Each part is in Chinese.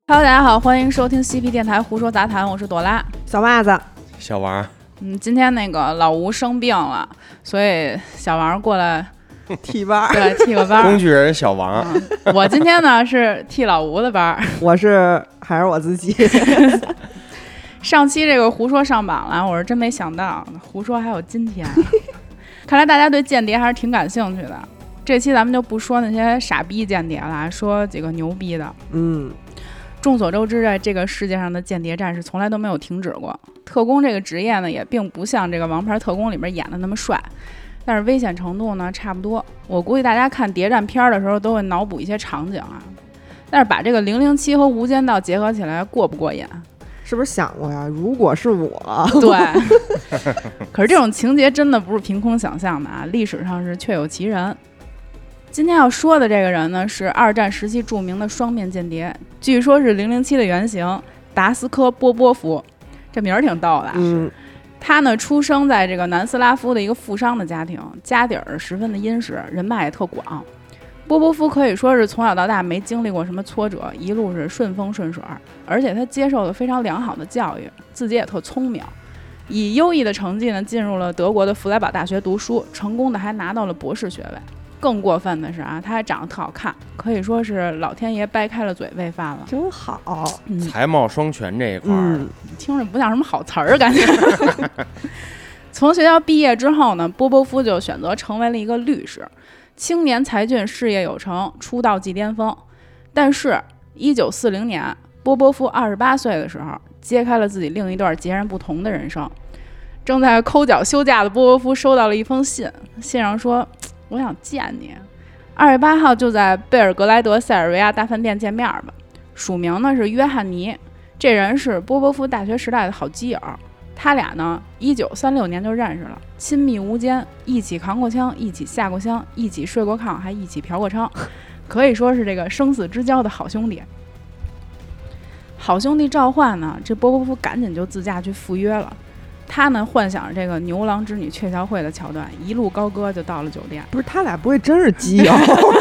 Hello， 大家好，欢迎收听西皮电台胡说杂谈，我是朵拉， 小袜子， 小王。 今天那个老吴生病了，所以小王过来替班， 对，替个班。 工具人小王， 我今天呢是替老吴的班， 还是我自己。 上期这个胡说上榜了，我是真没想到胡说还有今天。看来大家对间谍还是挺感兴趣的。这期咱们就不说那些傻逼间谍了，说几个牛逼的。众所周知，在这个世界上的间谍战士从来都没有停止过。特工这个职业呢，也并不像这个《王牌特工》里面演的那么帅，但是危险程度呢差不多。我估计大家看谍战片的时候都会脑补一些场景啊，但是把这个007和《无间道》结合起来过不过瘾？ 是不是想过呀？如果是我， 对。可是这种情节真的不是凭空想象的啊，历史上是确有其人。今天要说的这个人呢，是二战时期著名的双面间谍，据说是007的原型达斯科·波波夫，这名儿挺逗的。他呢出生在这个南斯拉夫的一个富商的家庭，家底儿十分的殷实，人脉也特广。波波夫可以说是从小到大没经历过什么挫折，一路是顺风顺水，而且他接受了非常良好的教育，自己也特聪明，以优异的成绩呢进入了德国的弗莱堡大学读书，成功的还拿到了博士学位。更过分的是啊，他还长得特好看，可以说是老天爷掰开了嘴喂饭了， 真好。 才貌双全这一块听着不像什么好词儿，感觉。从学校毕业之后呢，波波夫就选择成为了一个律师，青年才俊，事业有成，出道即巅峰。但是1940年，波波夫28岁的时候，揭开了自己另一段截然不同的人生。正在抠脚休假的波波夫收到了一封信，信上说：“我想见你，2月8号就在贝尔格莱德塞尔维亚大饭店见面吧。”署名呢是约翰尼，这人是波波夫大学时代的好基友，他俩呢1936年就认识了，亲密无间，一起扛过枪，一起下过乡，一起睡过炕，还一起嫖过娼，可以说是这个生死之交的好兄弟。好兄弟召唤呢，这波波夫赶紧就自驾去赴约了。他呢幻想着这个牛郎织女鹊桥会的桥段，一路高歌就到了酒店。 不是他俩不会真是基友？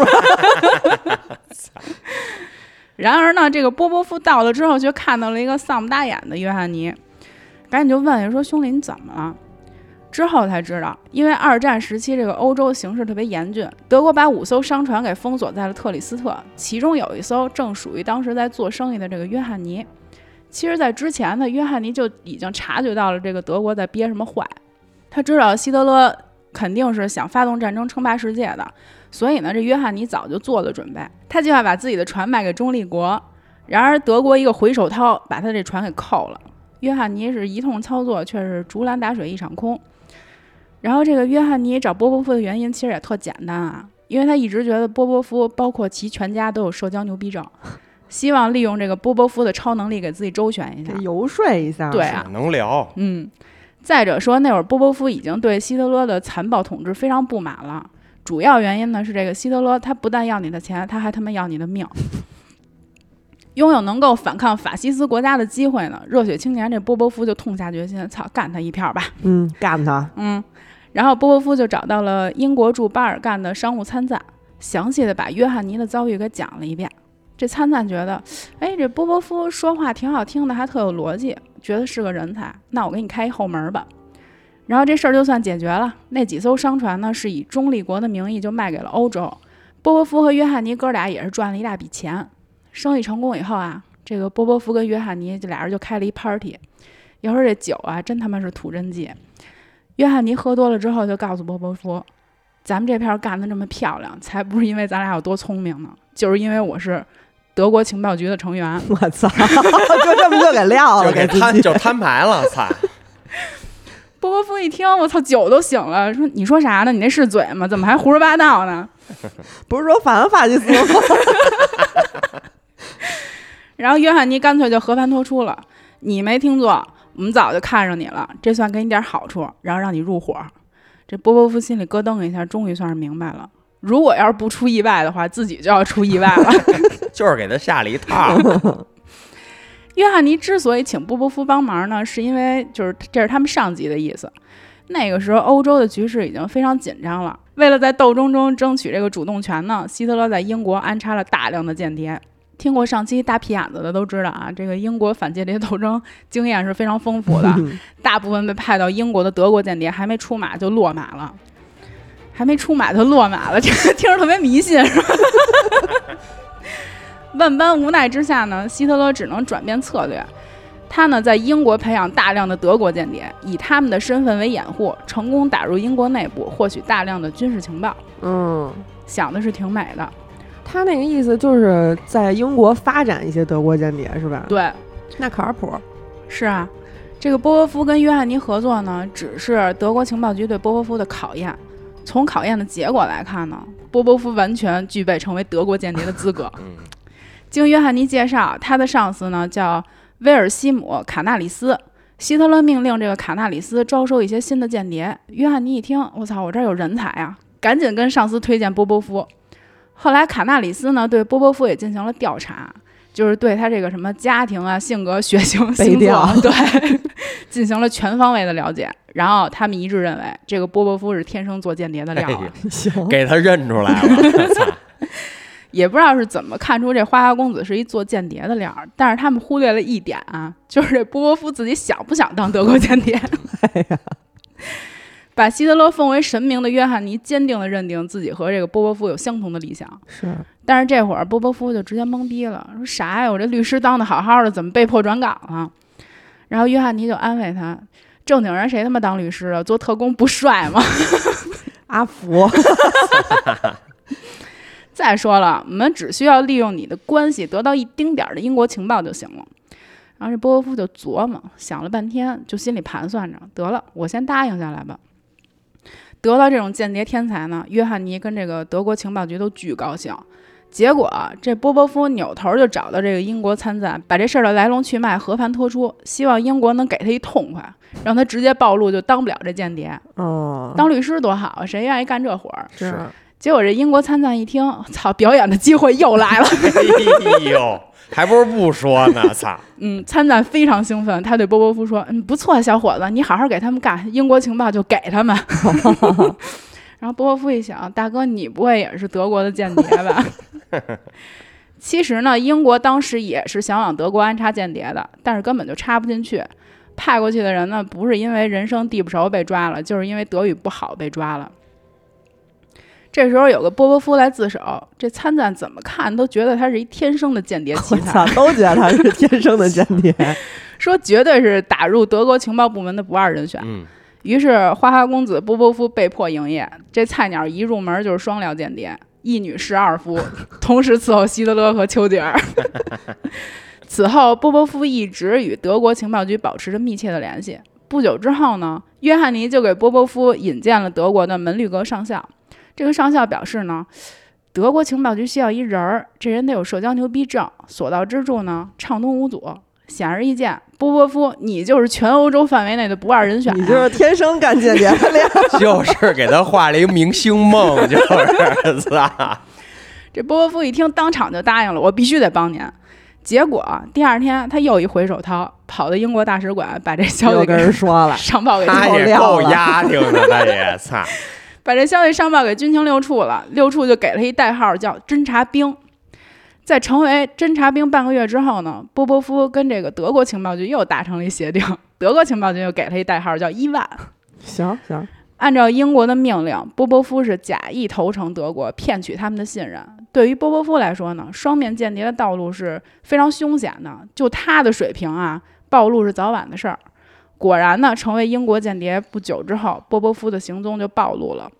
然而呢，这个波波夫到了之后，却看到了一个丧不搭眼的约翰尼，赶紧就问说：“兄弟，你怎么了？”之后才知道，因为二战时期这个欧洲形势特别严峻，德国把5艘商船给封锁在了特里斯特，其中有一艘正属于当时在做生意的这个约翰尼。其实在之前呢，约翰尼就已经察觉到了这个德国在憋什么坏，他知道希特勒肯定是想发动战争称霸世界的，所以呢，这约翰尼早就做了准备，他计划把自己的船卖给中立国。然而德国一个回手掏把他这船给扣了，约翰尼是一通操作，却是竹篮打水一场空。然后这个约翰尼找波波夫的原因其实也特简单啊，因为他一直觉得波波夫包括其全家都有社交牛逼症，希望利用这个波波夫的超能力给自己周旋一下， 游说一下。 对啊， 能聊。 再者说，那会儿波波夫已经对希特勒的残暴统治非常不满了，主要原因呢是这个希特勒他不但要你的钱，他还他妈要你的命。拥有能够反抗法西斯国家的机会呢，热血青年这波波夫就痛下决心，操，干他一票吧。 干他。 然后波波夫就找到了英国驻巴尔干的商务参赞，详细的把约翰尼的遭遇给讲了一遍。这参赞觉得，这波波夫说话挺好听的，还特有逻辑，觉得是个人才，那我给你开一后门吧。然后这事儿就算解决了。那几艘商船呢，是以中立国的名义就卖给了欧洲。波波夫和约翰尼哥俩也是赚了一大笔钱。生意成功以后啊，这个波波夫跟约翰尼这俩人就开了一 party。要说这酒啊，真他妈是吐真剂。约翰尼喝多了之后就告诉波波夫，咱们这片干得这么漂亮，才不是因为咱俩有多聪明呢，就是因为我是德国情报局的成员。 我操，就这么就给撂了， 就摊牌了，操！ 波波夫一听，我操，酒都醒了，说你说啥呢？你那是嘴吗？怎么还胡说八道呢？ 不是说反了法西斯吗？ 然后约翰尼干脆就和盘托出了，你没听错，我们早就看上你了，这算给你点好处，然后让你入伙。这波波夫心里咯噔一下，终于算是明白了，如果要是不出意外的话，自己就要出意外了。 就是给他下了一套。 约翰尼之所以请波波夫帮忙呢，是因为就是这是他们上级的意思。那个时候欧洲的局势已经非常紧张了，为了在斗争中争取这个主动权呢，希特勒在英国安插了大量的间谍。 听过上期大屁眼子的都知道啊，这个英国反间谍斗争经验是非常丰富的，大部分被派到英国的德国间谍还没出马就落马了，这个听着特别迷信是吧？万般无奈之下呢，希特勒只能转变策略。他呢在英国培养大量的德国间谍，以他们的身份为掩护，成功打入英国内部，获取大量的军事情报。想的是挺美的。 他那个意思就是在英国发展一些德国间谍是吧？ 对， 那靠谱。 是啊，这个波波夫跟约翰尼合作呢，只是德国情报局对波波夫的考验。从考验的结果来看呢，波波夫完全具备成为德国间谍的资格。经约翰尼介绍，他的上司呢叫威尔西姆·卡纳里斯。希特勒命令这个卡纳里斯招收一些新的间谍。约翰尼一听，我操，我这儿有人才啊，赶紧跟上司推荐波波夫。后来卡纳里斯呢对波波夫也进行了调查，就是对他这个什么家庭啊、性格、血型、星座，对，进行了全方位的了解。然后他们一致认为，这个波波夫是天生做间谍的料啊， 给他认出来了。 也不知道是怎么看出这花花公子是一做间谍的料，但是他们忽略了一点啊，就是这波波夫自己想不想当德国间谍。把希特勒奉为神明的约翰尼坚定地认定自己和这个波波夫有相同的理想。 是， 但是这会儿波波夫就直接懵逼了，说啥呀？我这律师当得好好的，怎么被迫转岗了？然后约翰尼就安慰他，正经人谁他妈当律师啊？做特工不帅吗？ 阿福。 再说了，我们只需要利用你的关系得到一丁点的英国情报就行了。然后这波波夫就琢磨，想了半天，就心里盘算着，得了，我先答应下来吧。得到这种间谍天才呢，约翰尼跟这个德国情报局都巨高兴。结果这波波夫扭头就找到这个英国参赞，把这事儿的来龙去脉和盘托出，希望英国能给他一痛快，让他直接暴露，就当不了这间谍。当律师多好啊，谁愿意干这活儿？ 是。 结果这英国参赞一听，操，表演的机会又来了。 哎呦，还不是不说呢，操！ 参赞非常兴奋，他对波波夫说：“不错，小伙子，你好好给他们干，英国情报就给他们。”然后波波夫一想，大哥，你不会也是德国的间谍吧？其实呢，英国当时也是想往德国安插间谍的，但是根本就插不进去。派过去的人呢，不是因为人生地不熟被抓了，就是因为德语不好被抓了。这时候有个波波夫来自首，这参赞怎么看都觉得他是一天生的间谍奇才， 都觉得他是天生的间谍， 说绝对是打入德国情报部门的不二人选。于是花花公子波波夫被迫营业，这菜鸟一入门就是双料间谍，一女12夫，同时伺候希特勒和丘吉尔。此后波波夫一直与德国情报局保持着密切的联系。不久之后呢，约翰尼就给波波夫引荐了德国的门律格上校。这个上校表示呢，德国情报局需要一人儿，这人得有社交牛逼症，所到之处呢畅通无阻。显而易见，波波夫你就是全欧洲范围内的不二人选， 你就是天生干间谍的料。 就是给他画了一个明星梦，就是这波波夫一听，当场就答应了，我必须得帮您。结果第二天他又一回手掏，跑到英国大使馆，把这消息跟人说了， 上报给他也够丫挺的，他也操。 把这消息上报给军情六处了，六处就给了一代号叫侦察兵。在成为侦察兵半个月之后呢，波波夫跟这个德国情报局又达成了一协定，德国情报局又给他一代号叫1万。 行， 按照英国的命令，波波夫是假意投诚德国，骗取他们的信任。对于波波夫来说呢，双面间谍的道路是非常凶险的，就他的水平啊，暴露是早晚的事儿。果然呢，成为英国间谍不久之后，波波夫的行踪就暴露了。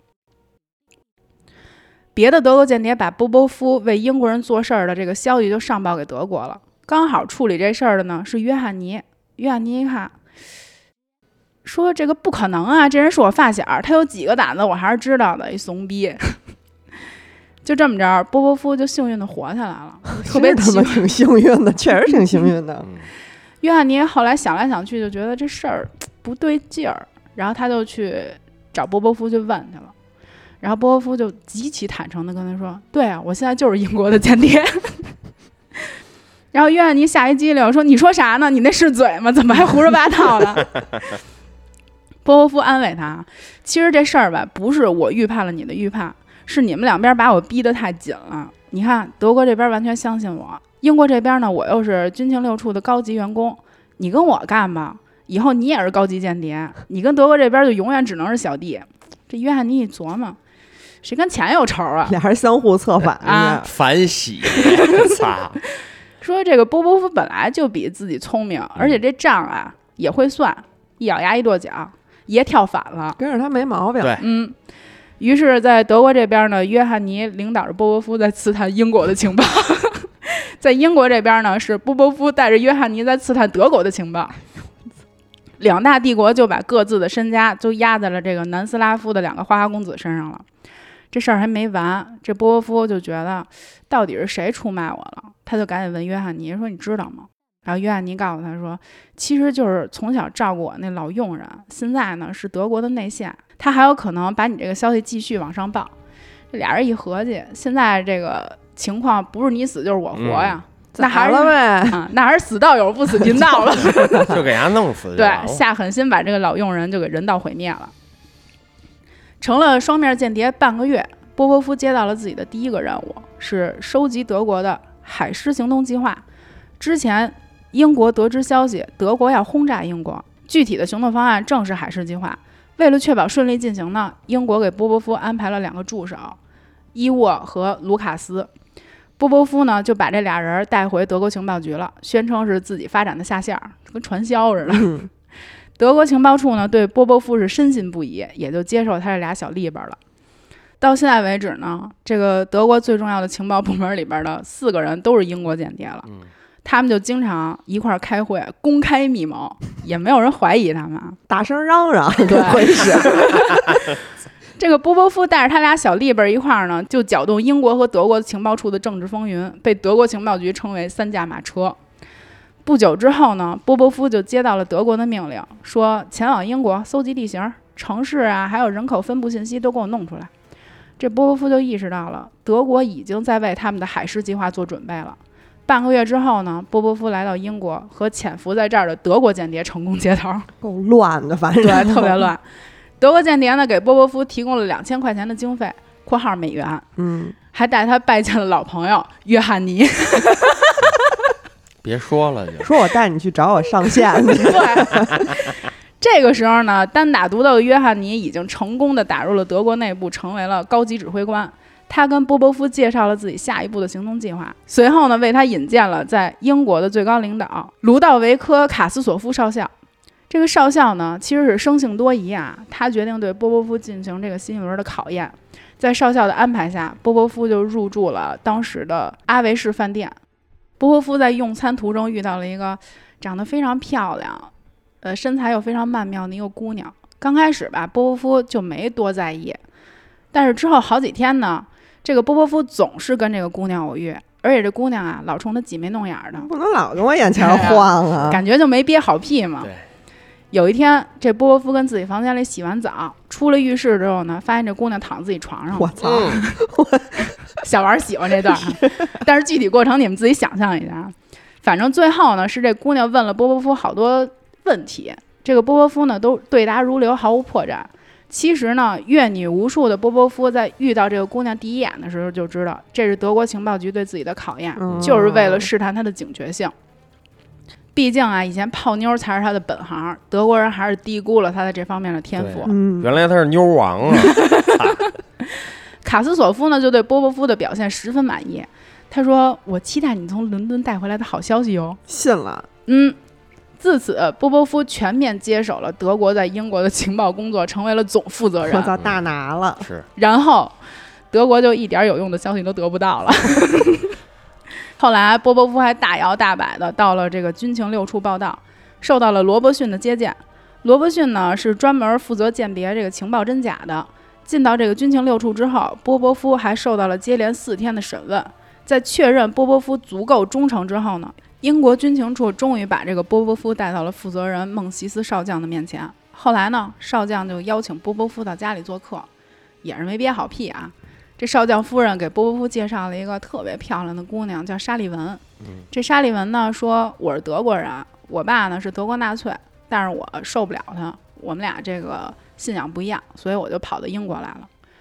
别的德国间谍把波波夫为英国人做事儿的这个消息就上报给德国了。刚好处理这事儿的呢是约翰尼。约翰尼一看，说这个不可能啊，这人是我发小，他有几个胆子我还是知道的，一怂逼。就这么着，波波夫就幸运的活下来了，特别他妈挺幸运的，确实挺幸运的。 约翰尼后来想来想去，就觉得这事儿不对劲儿，然后他就去找波波夫去问去了。然后波波夫就极其坦诚地跟他说：“对啊，我现在就是英国的间谍。”然后约翰尼下一激灵说：“你说啥呢？你那是嘴吗？怎么还胡说八道呢？”波波夫安慰他：“其实这事儿吧，不是我预判了你的预判，是你们两边把我逼得太紧了。你看，德国这边完全相信我， 英国这边呢，我又是军情六处的高级员工，你跟我干吧，以后你也是高级间谍，你跟德国这边就永远只能是小弟。这约翰尼一琢磨，谁跟钱有仇啊？ 俩人相互策反啊反洗，操！ 说这个波波夫本来就比自己聪明，而且这账啊也会算，一咬牙一跺脚，爷跳反了， 跟着他没毛病。 对， 于是，在德国这边呢，约翰尼领导着波波夫在刺探英国的情报；在英国这边呢，是波波夫带着约翰尼在刺探德国的情报。两大帝国就把各自的身家都压在了这个南斯拉夫的2个花花公子身上了。这事儿还没完，这波波夫就觉得到底是谁出卖我了，他就赶紧问约翰尼说：“你知道吗？”然后约翰尼告诉他说：“其实就是从小照顾我那老佣人，现在呢是德国的内线，他还有可能把你这个消息继续往上报。”这俩人一合计，现在这个情况不是你死就是我活呀。那还是了呗啊，那还是死道友不死贫道了， 就给人家弄死。 对，下狠心把这个老佣人就给人道毁灭了。成了双面间谍半个月，波波夫接到了自己的第一个任务，是收集德国的海狮行动计划。之前英国得知消息，德国要轰炸英国，具体的行动方案正是海狮计划。为了确保顺利进行呢，英国给波波夫安排了2个助手，伊沃和卢卡斯。波波夫呢就把这俩人带回德国情报局了，宣称是自己发展的下线，跟传销似的。德国情报处呢对波波夫是深信不疑，也就接受他这俩小利本了。到现在为止呢，这个德国最重要的情报部门里边的4个人都是英国间谍了。他们就经常一块儿开会，公开密谋，也没有人怀疑他们， 大声嚷嚷， 对， 会是。 这个波波夫带着他俩小利本一块儿呢，就搅动英国和德国情报处的政治风云，被德国情报局称为3驾马车。不久之后呢，波波夫就接到了德国的命令，说前往英国搜集地形、城市啊，还有人口分布信息都给我弄出来。这波波夫就意识到了，德国已经在为他们的海狮计划做准备了。半个月之后呢，波波夫来到英国，和潜伏在这儿的德国间谍成功接头， 够乱的，反正对，特别乱。德国间谍呢给波波夫提供了2000块钱的经费（括号美元），还带他拜见了老朋友约翰尼。 别说了，就说我带你去找我上线。 对，这个时候呢，单打独斗的约翰尼已经成功的打入了德国内部，成为了高级指挥官。他跟波波夫介绍了自己下一步的行动计划，随后呢，为他引荐了在英国的最高领导卢道维科·卡斯索夫少校。这个少校呢，其实是生性多疑啊，他决定对波波夫进行这个新一轮的考验。在少校的安排下，波波夫就入住了当时的阿维士饭店。波波夫在用餐途中遇到了一个长得非常漂亮，身材又非常曼妙的一个姑娘。刚开始吧，波波夫就没多在意，但是之后好几天呢，这个波波夫总是跟这个姑娘偶遇，而且这姑娘啊，老冲他挤眉弄眼的， 不能老跟我眼前晃啊， 感觉就没憋好屁嘛。 对。 有一天，这波波夫跟自己房间里洗完澡，出了浴室之后呢，发现这姑娘躺自己床上了。 我操！ 小王喜欢这段，但是具体过程你们自己想象一下。反正最后呢，是这姑娘问了波波夫好多问题，这个波波夫呢都对答如流，毫无破绽。其实呢，阅女无数的波波夫在遇到这个姑娘第一眼的时候就知道，这是德国情报局对自己的考验，就是为了试探她的警觉性。毕竟啊，以前泡妞才是他的本行，德国人还是低估了他在这方面的天赋。 原来他是妞王啊！ 卡斯索夫呢，就对波波夫的表现十分满意。他说：“我期待你从伦敦带回来的好消息哟。” 信了。 自此，波波夫全面接手了德国在英国的情报工作，成为了总负责人。 我操，大拿了。 是。 然后，德国就一点有用的消息都得不到了。后来，波波夫还大摇大摆的到了这个军情六处报道，受到了罗伯逊的接见。罗伯逊呢是专门负责鉴别这个情报真假的。进到这个军情六处之后，波波夫还受到了接连4天的审问。在确认波波夫足够忠诚之后呢，英国军情处终于把这个波波夫带到了负责人孟西斯少将的面前。后来呢，少将就邀请波波夫到家里做客，也是没憋好屁啊。这少将夫人给波波夫介绍了一个特别漂亮的姑娘，叫沙利文。这沙利文呢说：“我是德国人，我爸呢是德国纳粹，但是我受不了他，我们俩这个信仰不一样，所以我就跑到英国来了。”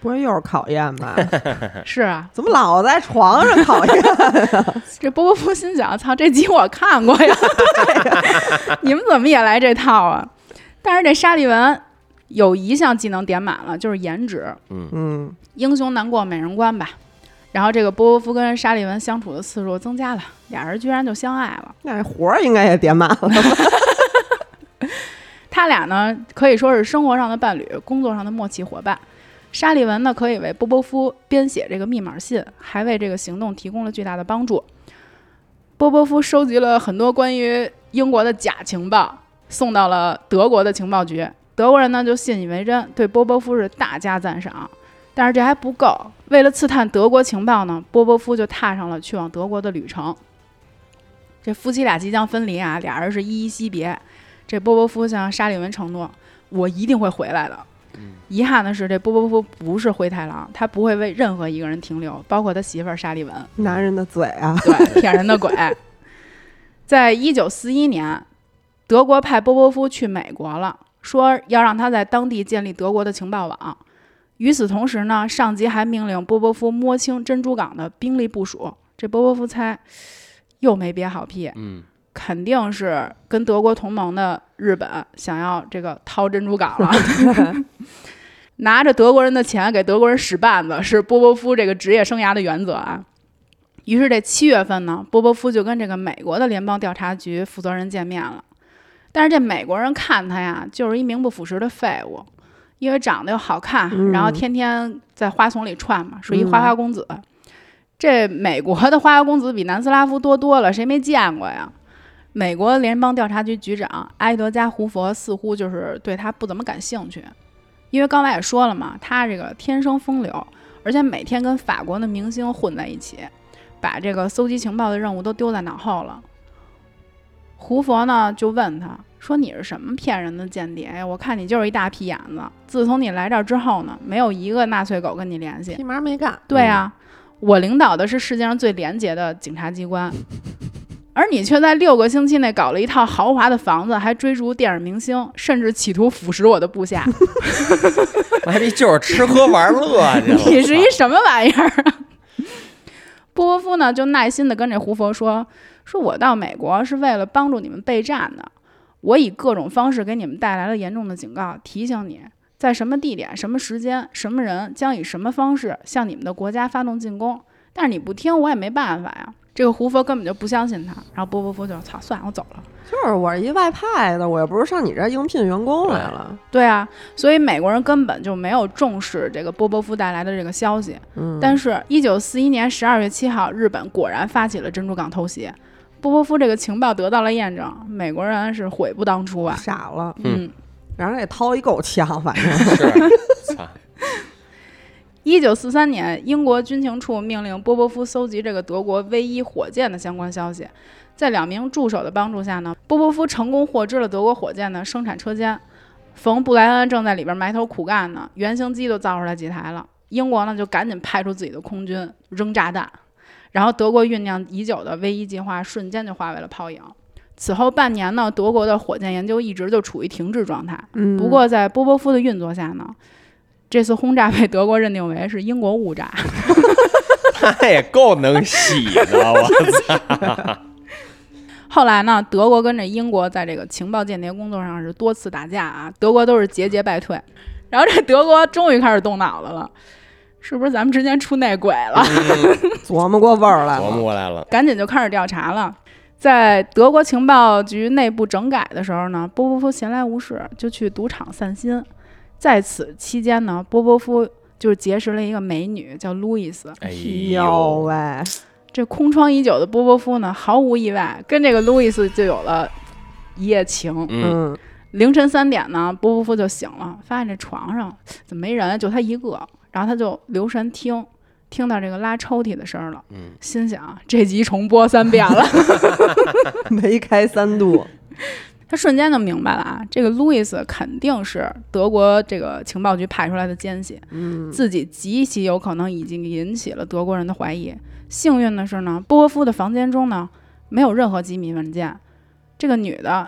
不会又是考验吧？ 是啊， 怎么老在床上考验？ 这波波夫心想：操，这集我看过呀，对，你们怎么也来这套啊？但是这沙利文有一项技能点满了，就是颜值。英雄难过美人关吧。然后这个波波夫跟沙利文相处的次数增加了，俩人居然就相爱了。 那活儿应该也点满了吧？ 他俩呢可以说是生活上的伴侣，工作上的默契伙伴。沙利文呢可以为波波夫编写这个密码信，还为这个行动提供了巨大的帮助。波波夫收集了很多关于英国的假情报，送到了德国的情报局。德国人呢就信以为真，对波波夫是大加赞赏。但是这还不够，为了刺探德国情报呢，波波夫就踏上了去往德国的旅程。这夫妻俩即将分离啊，俩人是依依惜别。这波波夫向沙利文承诺：“我一定会回来的。”遗憾的是，这波波夫不是灰太狼，他不会为任何一个人停留，包括他媳妇儿沙利文。 男人的嘴啊， 对，骗人的鬼。在1941年，德国派波波夫去美国了，说要让他在当地建立德国的情报网。与此同时呢，上级还命令波波夫摸清珍珠港的兵力部署。这波波夫猜又没憋好屁，肯定是跟德国同盟的日本想要这个掏珍珠港了。拿着德国人的钱给德国人使绊子，是波波夫这个职业生涯的原则啊。于是这7月份呢，波波夫就跟这个美国的联邦调查局负责人见面了。但是这美国人看他呀，就是一名不副实的废物。因为长得又好看，然后天天在花丛里窜嘛，属于花花公子。这美国的花花公子比南斯拉夫多了，谁没见过呀？美国联邦调查局局长埃德加·胡佛似乎就是对他不怎么感兴趣，因为刚才也说了嘛，他这个天生风流，而且每天跟法国的明星混在一起，把这个搜集情报的任务都丢在脑后了。胡佛呢就问他说：“你是什么骗人的间谍呀？我看你就是一大屁眼子。自从你来这儿之后呢，没有一个纳粹狗跟你联系， 屁毛没干。 对啊，我领导的是世界上最廉洁的警察机关，而你却在6个星期内搞了一套豪华的房子，还追逐电影明星，甚至企图腐蚀我的部下。 我还就是吃喝玩乐去了。 你是一什么玩意儿啊？”波波夫呢就耐心地跟这胡佛说我到美国是为了帮助你们备战的，我以各种方式给你们带来了严重的警告，提醒你在什么地点、什么时间、什么人将以什么方式向你们的国家发动进攻。但是你不听，我也没办法呀。这个胡佛根本就不相信他，然后波波夫就操，算了，我走了。 就是我是一外派的，我又不是上你这应聘员工来了。 对啊，所以美国人根本就没有重视这个波波夫带来的这个消息。但是1941年12月7号，日本果然发起了珍珠港偷袭。波波夫这个情报得到了验证，美国人是悔不当初啊， 傻了。让人给掏一够呛，反正是。 1943年，英国军情处命令波波夫搜集这个德国V1火箭的相关消息。在2名助手的帮助下呢，波波夫成功获知了德国火箭的生产车间。冯布莱恩正在里边埋头苦干呢，原型机都造出来几台了。英国呢就赶紧派出自己的空军扔炸弹，然后德国酝酿已久的V1计划瞬间就化为了泡影。此后半年呢，德国的火箭研究一直就处于停滞状态。不过在波波夫的运作下呢，这次轰炸被德国认定为是英国误炸。 他也够能洗的，我操！ 后来呢，德国跟着英国在这个情报间谍工作上是多次打架啊，德国都是节节败退。然后这德国终于开始动脑子了，是不是咱们之间出内鬼了？ 琢磨过味儿来了， 琢磨过来了， 赶紧就开始调查了。在德国情报局内部整改的时候呢，波波夫闲来无事就去赌场散心。在此期间呢，波波夫就是结识了一个美女叫路易斯。 哎呦喂！ 这空窗已久的波波夫呢，毫无意外跟这个路易斯就有了一夜情。凌晨3点呢，波波夫就醒了，发现这床上怎么没人，就他一个。然后他就留神听到这个拉抽屉的声了。心想这集重播3遍了。 没开3度。 他瞬间就明白了啊，这个路易斯肯定是德国这个情报局派出来的奸细，自己极其有可能已经引起了德国人的怀疑。幸运的是呢，波波夫的房间中呢没有任何机密文件，这个女的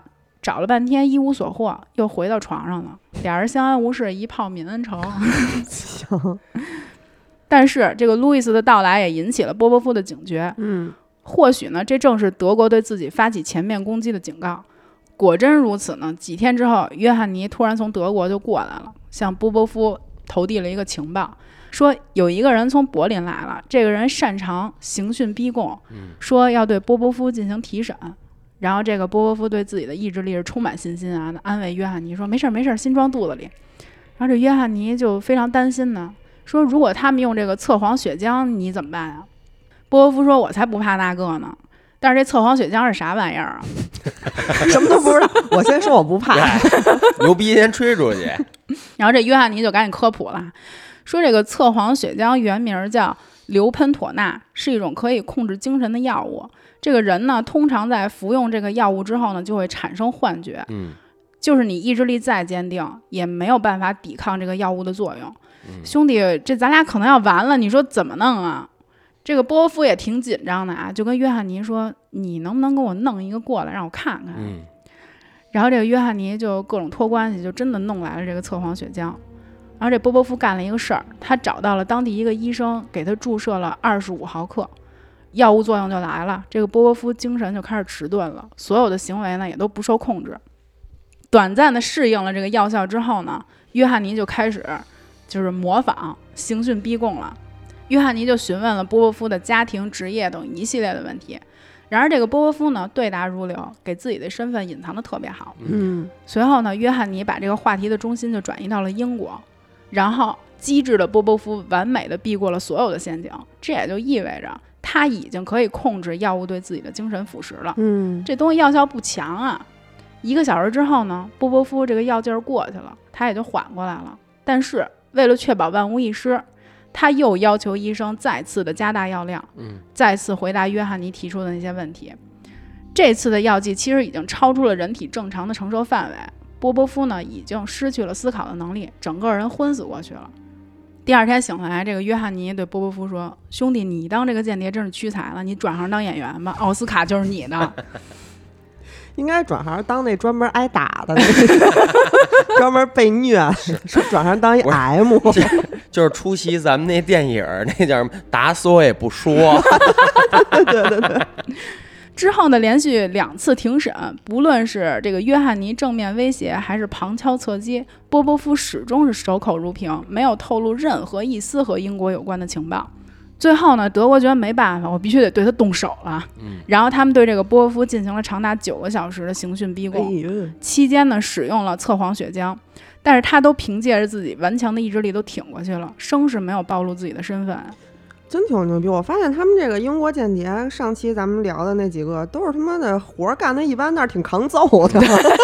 找了半天一无所获，又回到床上了。俩人相安无事，一炮泯恩仇。 行， 但是这个路易斯的到来也引起了波波夫的警觉。或许呢，这正是德国对自己发起全面攻击的警告。果真如此呢，几天之后，约翰尼突然从德国就过来了，向波波夫投递了一个情报，说有一个人从柏林来了，这个人擅长刑讯逼供，说要对波波夫进行提审。然后这个波波夫对自己的意志力是充满信心啊，安慰约翰尼说没事没事，心装肚子里。然后这约翰尼就非常担心呢，说如果他们用这个测谎血浆你怎么办啊？波波夫说我才不怕那个呢，但是这测谎血浆是啥玩意儿啊？ 什么都不知道。我先说我不怕， 牛逼先吹出去。 然后这约翰尼就赶紧科普了，说这个测谎血浆原名叫硫喷妥钠，是一种可以控制精神的药物。这个人呢，通常在服用这个药物之后呢，就会产生幻觉，就是你意志力再坚定，也没有办法抵抗这个药物的作用。兄弟，这咱俩可能要完了，你说怎么弄啊？这个波夫也挺紧张的啊，就跟约翰尼说：“你能不能给我弄一个过来，让我看看？”然后这个约翰尼就各种托关系，就真的弄来了这个测谎血浆。然后这波波夫干了一个事儿，他找到了当地一个医生，给他注射了25毫克，药物作用就来了。这个波波夫精神就开始迟钝了，所有的行为呢也都不受控制。短暂的适应了这个药效之后呢，约翰尼就开始就是模仿刑讯逼供了。约翰尼就询问了波波夫的家庭、职业等一系列的问题。然而这个波波夫呢对答如流，给自己的身份隐藏的特别好。随后呢，约翰尼把这个话题的中心就转移到了英国，然后机智的波波夫完美的避过了所有的陷阱。这也就意味着他已经可以控制药物对自己的精神腐蚀了。这东西药效不强啊。1个小时之后呢，波波夫这个药劲儿过去了，他也就缓过来了。但是为了确保万无一失，他又要求医生再次的加大药量，再次回答约翰尼提出的那些问题。这次的药剂其实已经超出了人体正常的承受范围，波波夫呢已经失去了思考的能力，整个人昏死过去了。第二天醒来，这个约翰尼对波波夫说：“兄弟，你当这个间谍真是屈才了，你转行当演员吧，奥斯卡就是你的。” 应该转行当那专门挨打的，专门被虐，是转行当一 M。 就是出席咱们那电影那叫什么打死我也不说。 对。 之后的连续2次庭审，不论是这个约翰尼正面威胁还是旁敲侧击，波波夫始终是守口如瓶，没有透露任何一丝和英国有关的情报。最后呢，德国觉得没办法，我必须得对他动手了。然后他们对这个波波夫进行了长达9个小时的刑讯逼供，期间呢使用了测谎血浆，但是他都凭借着自己顽强的意志力都挺过去了，生是没有暴露自己的身份。 真挺牛逼！我发现他们这个英国间谍，上期咱们聊的那几个都是他妈的活干的一般，但是挺抗揍的。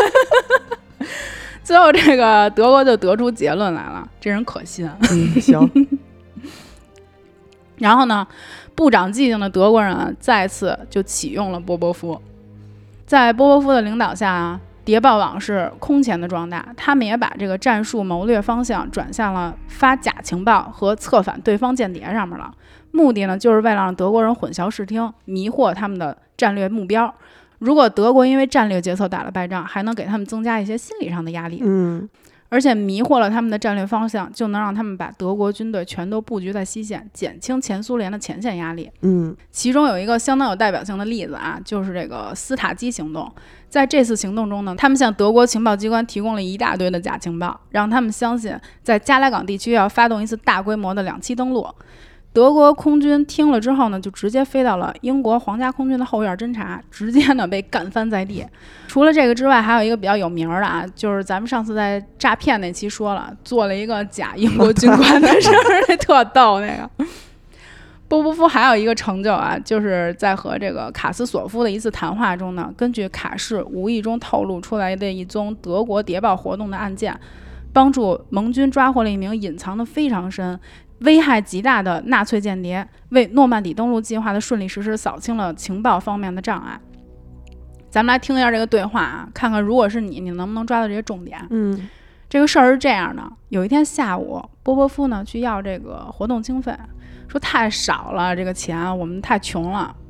最后这个德国就得出结论来了，这人可信。 行。 然后呢，不长记性的德国人再次就启用了波波夫。在波波夫的领导下，谍报网是空前的壮大，他们也把这个战术谋略方向转向了发假情报和策反对方间谍上面了。目的呢，就是为了让德国人混淆视听，迷惑他们的战略目标。如果德国因为战略决策打了败仗，还能给他们增加一些心理上的压力。而且迷惑了他们的战略方向，就能让他们把德国军队全都布局在西线，减轻前苏联的前线压力。其中有一个相当有代表性的例子啊，就是这个斯塔基行动。在这次行动中呢，他们向德国情报机关提供了一大堆的假情报，让他们相信在加莱港地区要发动一次大规模的2栖登陆。德国空军听了之后呢，就直接飞到了英国皇家空军的后院侦察，直接呢被干翻在地。除了这个之外，还有一个比较有名的啊，就是咱们上次在诈骗那期说了，做了一个假英国军官的事儿，那特逗那个。波波夫还有一个成就啊，就是在和这个卡斯索夫的一次谈话中呢，根据卡氏无意中透露出来的一宗德国谍报活动的案件，帮助盟军抓获了一名隐藏的非常深、危害极大的纳粹间谍，为诺曼底登陆计划的顺利实施扫清了情报方面的障碍。咱们来听一下这个对话啊，看看如果是你能不能抓到这些重点。这个事儿是这样的，有一天下午，波波夫呢去要这个活动经费，说太少了，这个钱我们太穷了，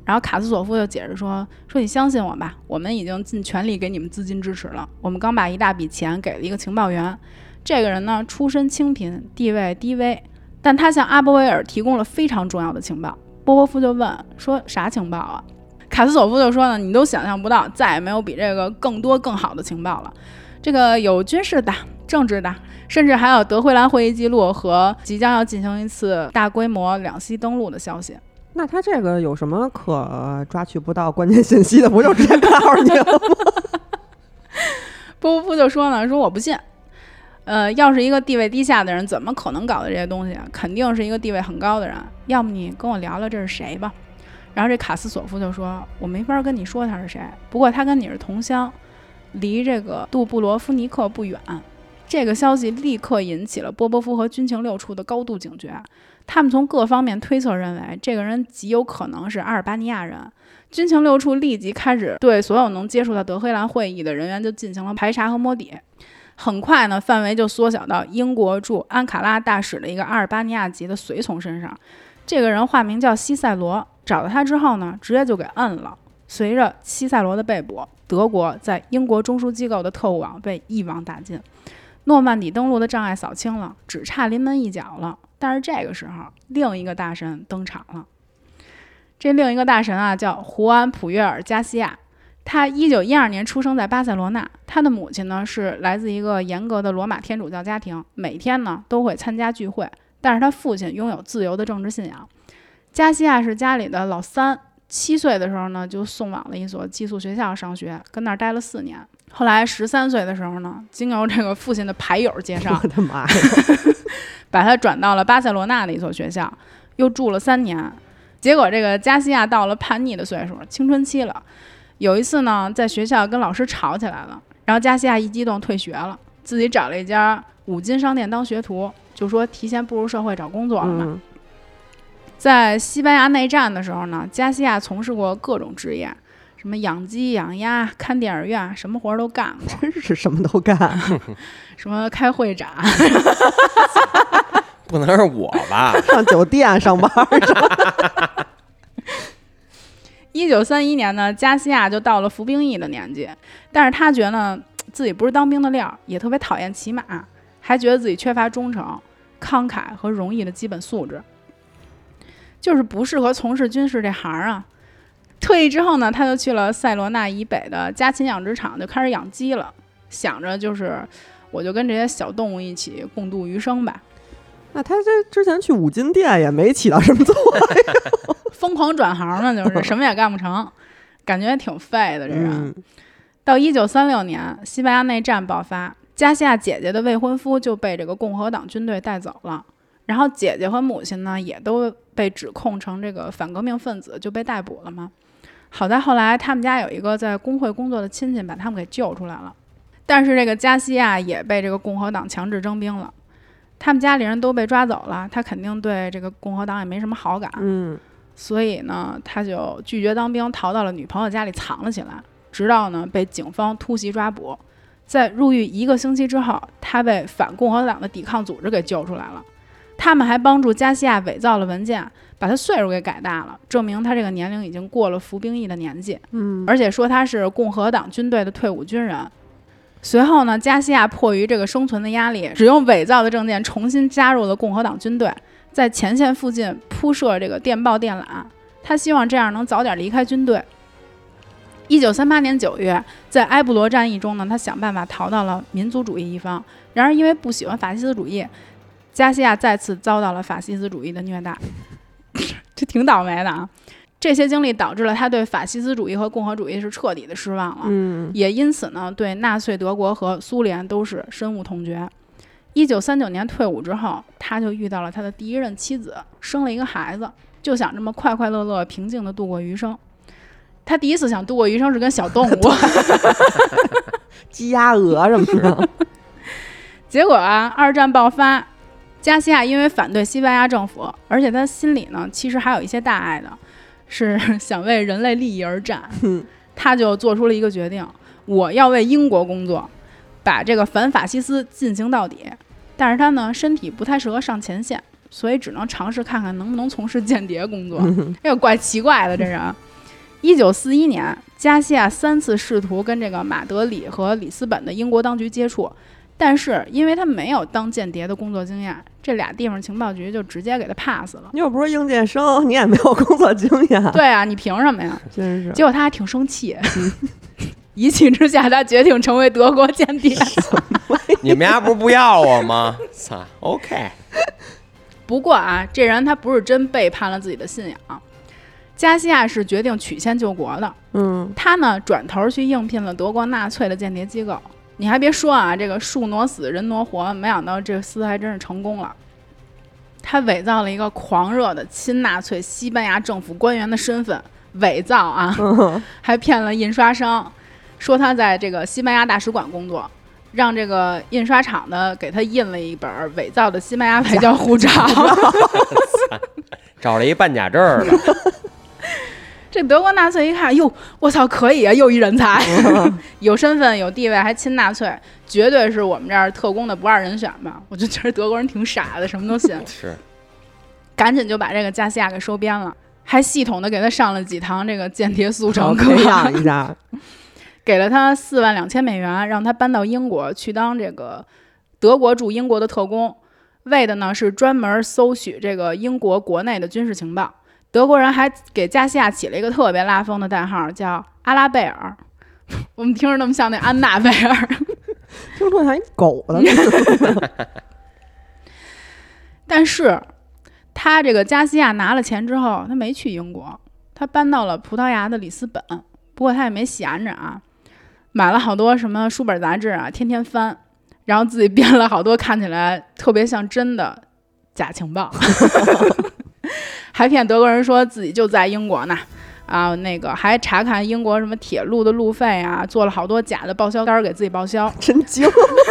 然后卡斯索夫就解释说你相信我吧，我们已经尽全力给你们资金支持了，我们刚把一大笔钱给了一个情报员，这个人呢出身清贫，地位低微，但他向阿波维尔提供了非常重要的情报。波波夫就问说啥情报啊？卡斯索夫就说呢，你都想象不到，再也没有比这个更多更好的情报了，这个有军事的、政治的，甚至还有德惠兰会议记录和即将要进行一次大规模两栖登陆的消息。 那他这个有什么可抓取不到关键信息的？不就直接告诉你了吗？ 波夫就说呢，说我不信，要是一个地位低下的人，怎么可能搞的这些东西？肯定是一个地位很高的人。要么你跟我聊聊这是谁吧。然后这卡斯索夫就说，我没法跟你说他是谁，不过他跟你是同乡，离这个杜布罗夫尼克不远。这个消息立刻引起了波波夫和军情六处的高度警觉，他们从各方面推测认为这个人极有可能是阿尔巴尼亚人。军情六处立即开始对所有能接触到德黑兰会议的人员就进行了排查和摸底，很快呢范围就缩小到英国驻安卡拉大使的一个阿尔巴尼亚籍的随从身上。这个人化名叫西塞罗，找到他之后呢直接就给摁了。随着西塞罗的被捕，德国在英国中枢机构的特务网被一网打尽，诺曼底登陆的障碍扫清了，只差临门一脚了。但是这个时候另一个大神登场了。这另一个大神啊叫胡安·普约尔·加西亚，他1912年出生在巴塞罗那，他的母亲呢是来自一个严格的罗马天主教家庭，每天呢都会参加聚会，但是他父亲拥有自由的政治信仰。加西亚是家里的老三，7岁的时候呢就送往了一所寄宿学校上学，跟那儿待了4年。后来13岁的时候呢，经由这个父亲的牌友介绍， 我的妈呀， 把他转到了巴塞罗那的一所学校，又住了3年。结果这个加西亚到了叛逆的岁数，青春期了。有一次呢，在学校跟老师吵起来了，然后加西亚一激动退学了，自己找了一家五金商店当学徒，就说提前步入社会找工作了嘛。在西班牙内战的时候呢，加西亚从事过各种职业，什么养鸡养鸭、看电影院，什么活都干过， 真是什么都干。 什么开会展。 不能是我吧？ 上酒店上班 1931年呢，加西亚就到了服兵役的年纪，但是他觉得自己不是当兵的料，也特别讨厌骑马，还觉得自己缺乏忠诚、慷慨和容易的基本素质，就是不适合从事军事这行啊。退役之后呢，他就去了塞罗纳以北的家禽养殖场，就开始养鸡了，想着就是我就跟这些小动物一起共度余生吧。 那他这之前去五金店也没起到什么作用， 疯狂转行呢，就是什么也干不成，感觉也挺废的这人。到1936年，西班牙内战爆发，加西亚姐姐的未婚夫就被这个共和党军队带走了，然后姐姐和母亲呢也都被指控成这个反革命分子，就被逮捕了嘛。好在后来他们家有一个在工会工作的亲戚把他们给救出来了，但是这个加西亚也被这个共和党强制征兵了。他们家里人都被抓走了，他肯定对这个共和党也没什么好感，所以呢，他就拒绝当兵，逃到了女朋友家里藏了起来，直到呢被警方突袭抓捕。在入狱1个星期之后，他被反共和党的抵抗组织给救出来了。他们还帮助加西亚伪造了文件，把他岁数给改大了，证明他这个年龄已经过了服兵役的年纪，而且说他是共和党军队的退伍军人。随后呢，加西亚迫于这个生存的压力，只用伪造的证件重新加入了共和党军队，在前线附近铺设这个电报电缆，他希望这样能早点离开军队。1938年9月，在埃布罗战役中呢，他想办法逃到了民族主义一方，然而因为不喜欢法西斯主义，加西亚再次遭到了法西斯主义的虐待，这挺倒霉的啊。这些经历导致了他对法西斯主义和共和主义是彻底的失望了，也因此呢，对纳粹德国和苏联都是深恶痛绝。1939年退伍之后，他就遇到了他的第一任妻子，生了一个孩子，就想这么快快乐乐、平静的度过余生。他第一次想度过余生是跟小动物， 鸡鸭鹅什么的。 结果啊，二战爆发，加西亚因为反对西班牙政府，而且他心里呢其实还有一些大爱的。是想为人类利益而战，他就做出了一个决定，我要为英国工作，把这个反法西斯进行到底。但是他呢身体不太适合上前线，所以只能尝试看看能不能从事间谍工作。这个怪奇怪的这人。 1941年，加西亚3次试图跟这个马德里和里斯本的英国当局接触，但是因为他没有当间谍的工作经验，这俩地方情报局就直接给他 pass 了。 你又不是应届生，你也没有工作经验。 对啊，你凭什么呀？ 真是。 结果他还挺生气，一气之下，他决定成为德国间谍。 你们家不要我吗？操 ，OK。 不过啊，这人他不是真背叛了自己的信仰。加西亚是决定曲线救国的，他呢转头去应聘了德国纳粹的间谍机构。你还别说啊，这个树挪死人挪活，没想到这厮还真是成功了。他伪造了一个狂热的亲纳粹西班牙政府官员的身份，伪造啊，还骗了印刷商，说他在这个西班牙大使馆工作，让这个印刷厂的给他印了一本伪造的西班牙外交护照， 找了一办假证的。 这德国纳粹一看，哟，我操，可以啊，又一人才，有身份有地位还亲纳粹，绝对是我们这儿特工的不二人选吧？我就觉得德国人挺傻的，什么都信。 是， 赶紧就把这个加西亚给收编了，还系统的给他上了几堂这个间谍速成课， 培养一下， 给了他$42,000，让他搬到英国去当这个德国驻英国的特工，为的呢是专门搜取这个英国国内的军事情报。德国人还给加西亚起了一个特别拉风的代号，叫阿拉贝尔。我们听着那么像那安娜贝尔， 听说像一狗的。 但是他这个加西亚拿了钱之后，他没去英国，他搬到了葡萄牙的里斯本。不过他也没闲着啊，买了好多什么书本杂志啊，天天翻，然后自己编了好多看起来特别像真的假情报。还骗德国人说自己就在英国呢，啊，那个还查看英国什么铁路的路费啊，做了好多假的报销单给自己报销， 真精，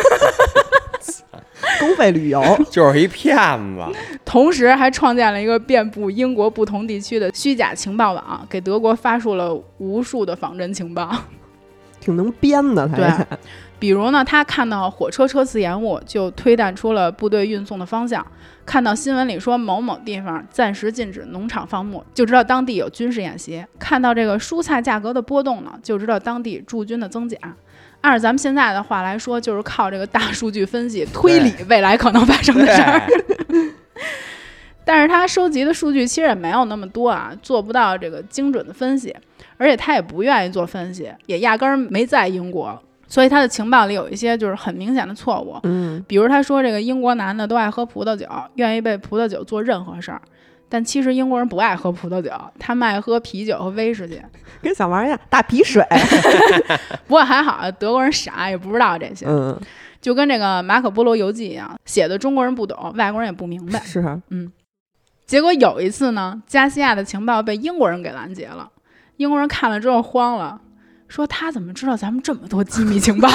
公费旅游就是一骗子。 同时还创建了一个遍布英国不同地区的虚假情报网，给德国发出了无数的仿真情报， 挺能编的。 对，比如呢，他看到火车车次延误，就推断出了部队运送的方向。看到新闻里说某某地方暂时禁止农场放牧，就知道当地有军事演习。看到这个蔬菜价格的波动呢，就知道当地驻军的增减。按照咱们现在的话来说，就是靠这个大数据分析推理未来可能发生的事儿。但是他收集的数据其实也没有那么多啊，做不到这个精准的分析，而且他也不愿意做分析，也压根儿没在英国。所以他的情报里有一些就是很明显的错误，比如他说这个英国男的都爱喝葡萄酒，愿意被葡萄酒做任何事儿，但其实英国人不爱喝葡萄酒，他们爱喝啤酒和威士忌， 跟小玩意儿大啤水。 不过还好，德国人傻也不知道这些，就跟这个马可波罗游记一样，写的中国人不懂，外国人也不明白。 是， 结果有一次呢，加西亚的情报被英国人给拦截了，英国人看了之后慌了。说他怎么知道咱们这么多机密情报？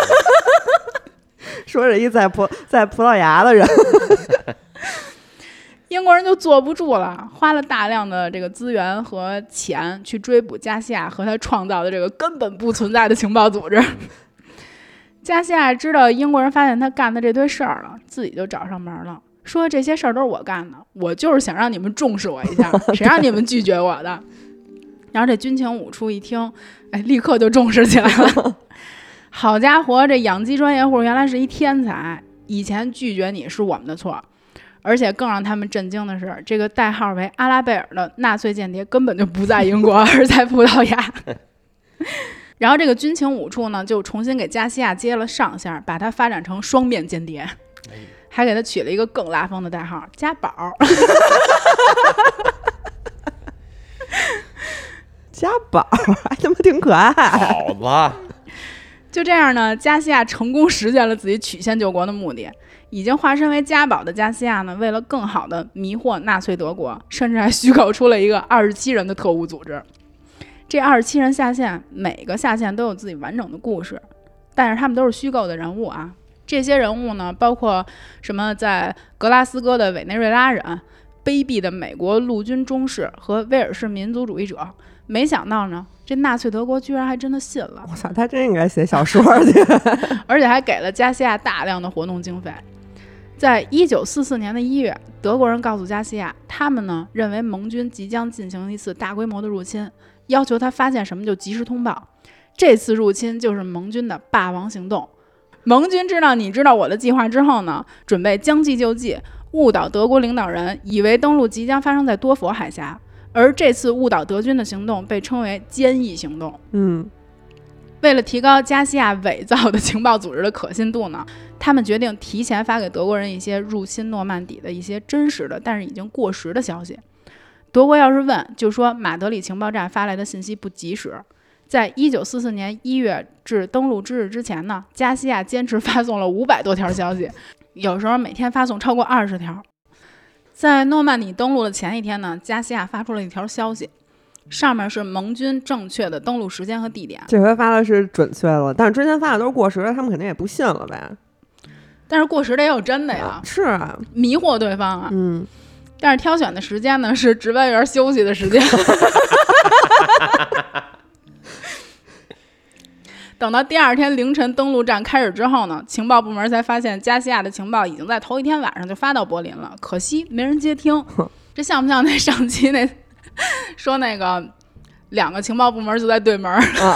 说是一在葡萄牙的人。 英国人就坐不住了，花了大量的这个资源和钱去追捕加西亚和他创造的这个根本不存在的情报组织。加西亚知道英国人发现他干的这堆事儿了，自己就找上门了，说这些事儿都是我干的，我就是想让你们重视我一下，谁让你们拒绝我的？然后这军情五处一听，哎，立刻就重视起来了。好家伙，这养鸡专业户原来是一天才，以前拒绝你是我们的错。而且更让他们震惊的是，这个代号为阿拉贝尔的纳粹间谍根本就不在英国，而在葡萄牙。然后这个军情五处呢，就重新给加西亚接了上线，把他发展成双面间谍，还给他取了一个更拉风的代号家宝。 家宝还他妈挺可爱， 好吧。 就这样呢，加西亚成功实现了自己曲线救国的目的。已经化身为家宝的加西亚呢，为了更好的迷惑纳粹德国，甚至还虚构出了一个27人的特务组织。这27人下线，每个下线都有自己完整的故事，但是他们都是虚构的人物啊。这些人物呢，包括什么在格拉斯哥的委内瑞拉人、卑鄙的美国陆军中士和威尔士民族主义者。没想到呢，这纳粹德国居然还真的信了。 我操，他真应该写小说去。 而且还给了加西亚大量的活动经费。在1944年的1月，德国人告诉加西亚，他们呢认为盟军即将进行一次大规模的入侵， 要求他发现什么就及时通报。这次入侵就是盟军的霸王行动。盟军知道你知道我的计划之后呢，准备将计就计，误导德国领导人，以为登陆即将发生在多佛海峡。而这次误导德军的行动被称为坚毅行动。为了提高加西亚伪造的情报组织的可信度呢，他们决定提前发给德国人一些入侵诺曼底的一些真实的但是已经过时的消息。德国要是问，就说马德里情报站发来的信息不及时。在1944年1月至登陆之日之前呢，加西亚坚持发送了500多条消息，有时候每天发送超过20条。在诺曼底登陆的前一天呢，加西亚发出了一条消息，上面是盟军正确的登陆时间和地点。 这回发的是准确的，但是之前发的都是过时的，他们肯定也不信了呗。 但是过时的也有真的呀， 是啊， 迷惑对方啊。但是挑选的时间呢是值班员休息的时间。等到第二天凌晨登陆战开始之后呢，情报部门才发现加西亚的情报已经在头一天晚上就发到柏林了，可惜没人接听。这像不像那上期那说那个2个情报部门就在对门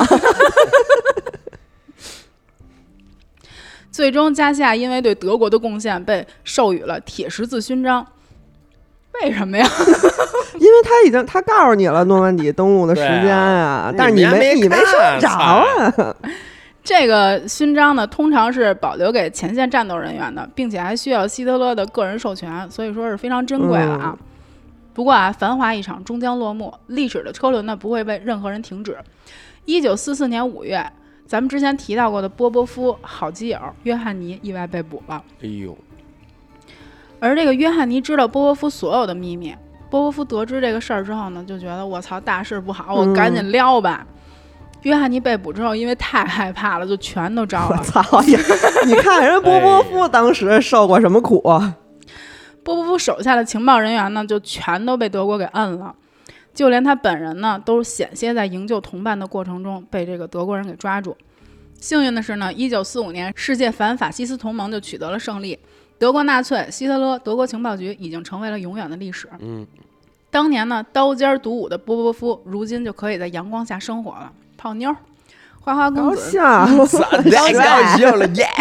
最终加西亚因为对德国的贡献被授予了铁十字勋章。为什么呀？ 因为他告诉你了诺曼底登陆的时间啊，但是你没说着啊。 这个勋章呢，通常是保留给前线战斗人员的，并且还需要希特勒的个人授权，所以说是非常珍贵的啊。不过啊，繁华一场终将落幕，历史的车轮呢不会为任何人停止。1944年5月，咱们之前提到过的波波夫好基友约翰尼意外被捕了。 哎呦！ 而这个约翰尼知道波波夫所有的秘密，波波夫得知这个事儿之后呢，就觉得我操，大事不好，我赶紧撩吧。约翰尼被捕之后，因为太害怕了，就全都招了。 我操！你看人波波夫当时受过什么苦？ 波波夫手下的情报人员呢，就全都被德国给摁了，就连他本人呢，都险些在营救同伴的过程中被这个德国人给抓住。幸运的是呢，1945年世界反法西斯同盟就取得了胜利。德国纳粹、希特勒、德国情报局已经成为了永远的历史。当年呢，刀尖独舞的波波夫，如今就可以在阳光下生活了，泡妞、花花公子， 太高兴了耶！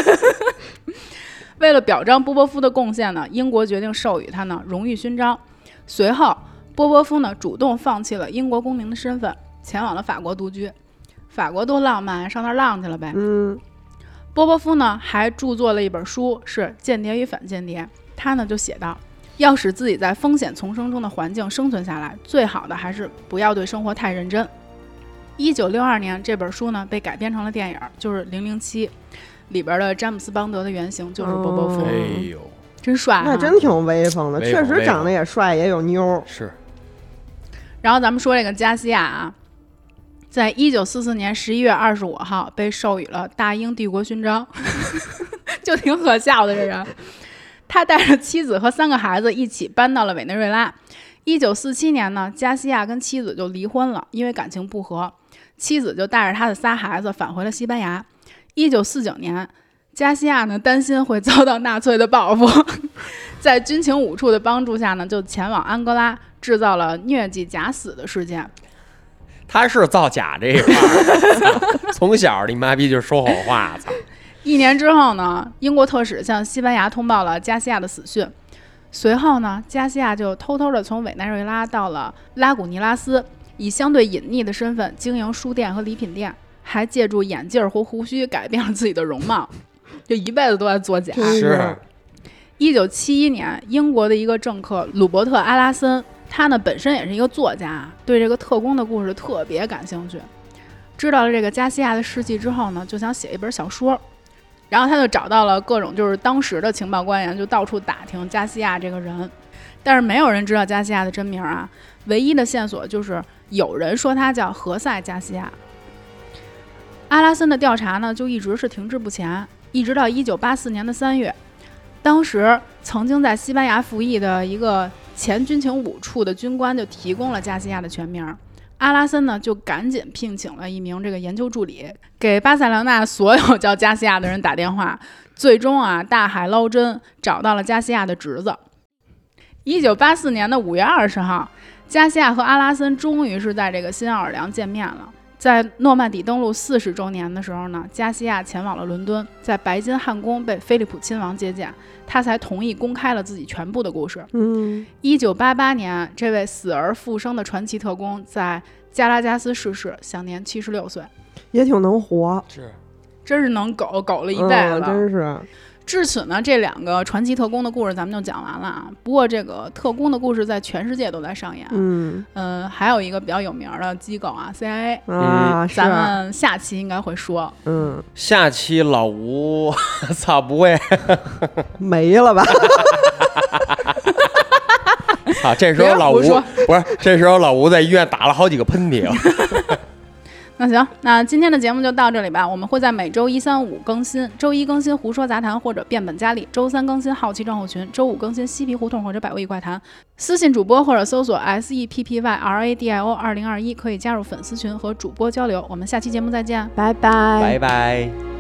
为了表彰波波夫的贡献呢，英国决定授予他呢荣誉勋章。随后，波波夫呢主动放弃了英国公民的身份，前往了法国独居。法国多浪漫，上那儿浪去了呗。波波夫呢还著作了一本书，是《间谍与反间谍》。他呢就写道，要使自己在风险丛生中的环境生存下来，最好的还是不要对生活太认真。1962年，这本书呢被改编成了电影，就是《007》里边的詹姆斯邦德的原型就是波波夫。 哎呦， 真帅啊！ 那真挺威风的，确实长得也帅，也有妞。 是。 然后咱们说这个加西亚啊，在1944年11月25号被授予了大英帝国勋章，就挺可笑的这人。他带着妻子和3个孩子一起搬到了委内瑞拉。1947年呢，加西亚跟妻子就离婚了，因为感情不和，妻子就带着他的3孩子返回了西班牙。1949年，加西亚呢担心会遭到纳粹的报复，在军情5处的帮助下呢，就前往安哥拉，制造了疟疾假死的事件。 他是造假这一块儿，从小你妈逼就说好话，操 ！1年之后呢，英国特使向西班牙通报了加西亚的死讯。随后呢，加西亚就偷偷的从委内瑞拉到了拉古尼拉斯，以相对隐匿的身份经营书店和礼品店，还借助眼镜或胡须改变了自己的容貌，就一辈子都在作假。 是。 1971年，英国的一个政客鲁伯特·阿拉森，他呢本身也是一个作家，对这个特工的故事特别感兴趣。知道了这个加西亚的事迹之后呢，就想写一本小说。然后他就找到了各种就是当时的情报官员，就到处打听加西亚这个人，但是没有人知道加西亚的真名啊。唯一的线索就是有人说他叫何塞·加西亚。阿拉森的调查呢就一直是停滞不前，一直到1984年的3月，当时曾经在西班牙服役的一个前军情5处的军官就提供了加西亚的全名。阿拉森呢就赶紧聘请了一名这个研究助理，给巴塞罗那所有叫加西亚的人打电话，最终啊大海捞针找到了加西亚的侄子。1984年的5月20号， 加西亚和阿拉森终于是在这个新奥尔良见面了。在诺曼底登陆40周年的时候呢，加西亚前往了伦敦，在白金汉宫被菲利普亲王接见，他才同意公开了自己全部的故事。1988年，这位死而复生的传奇特工在加拉加斯逝世，享年76岁， 也挺能活， 真是能苟了一辈子， 真是。 至此呢，这2个传奇特工的故事咱们就讲完了啊。不过这个特工的故事在全世界都在上演。还有一个比较有名的机构啊 ，CIA 咱们下期应该会说。 下期老吴，操，不会没了吧？ 操，这时候老吴不是，这时候老吴在医院打了好几个喷嚏了。 那行，那今天的节目就到这里吧。我们会在每周1、3、5更新，周一更新胡说杂谈或者变本加厉，周3更新好奇症候群，周5更新嬉皮胡同或者百味怪谈。私信主播或者搜索 SEPPYRADIO 2021，可以加入粉丝群和主播交流。我们下期节目再见， 拜拜， 拜拜。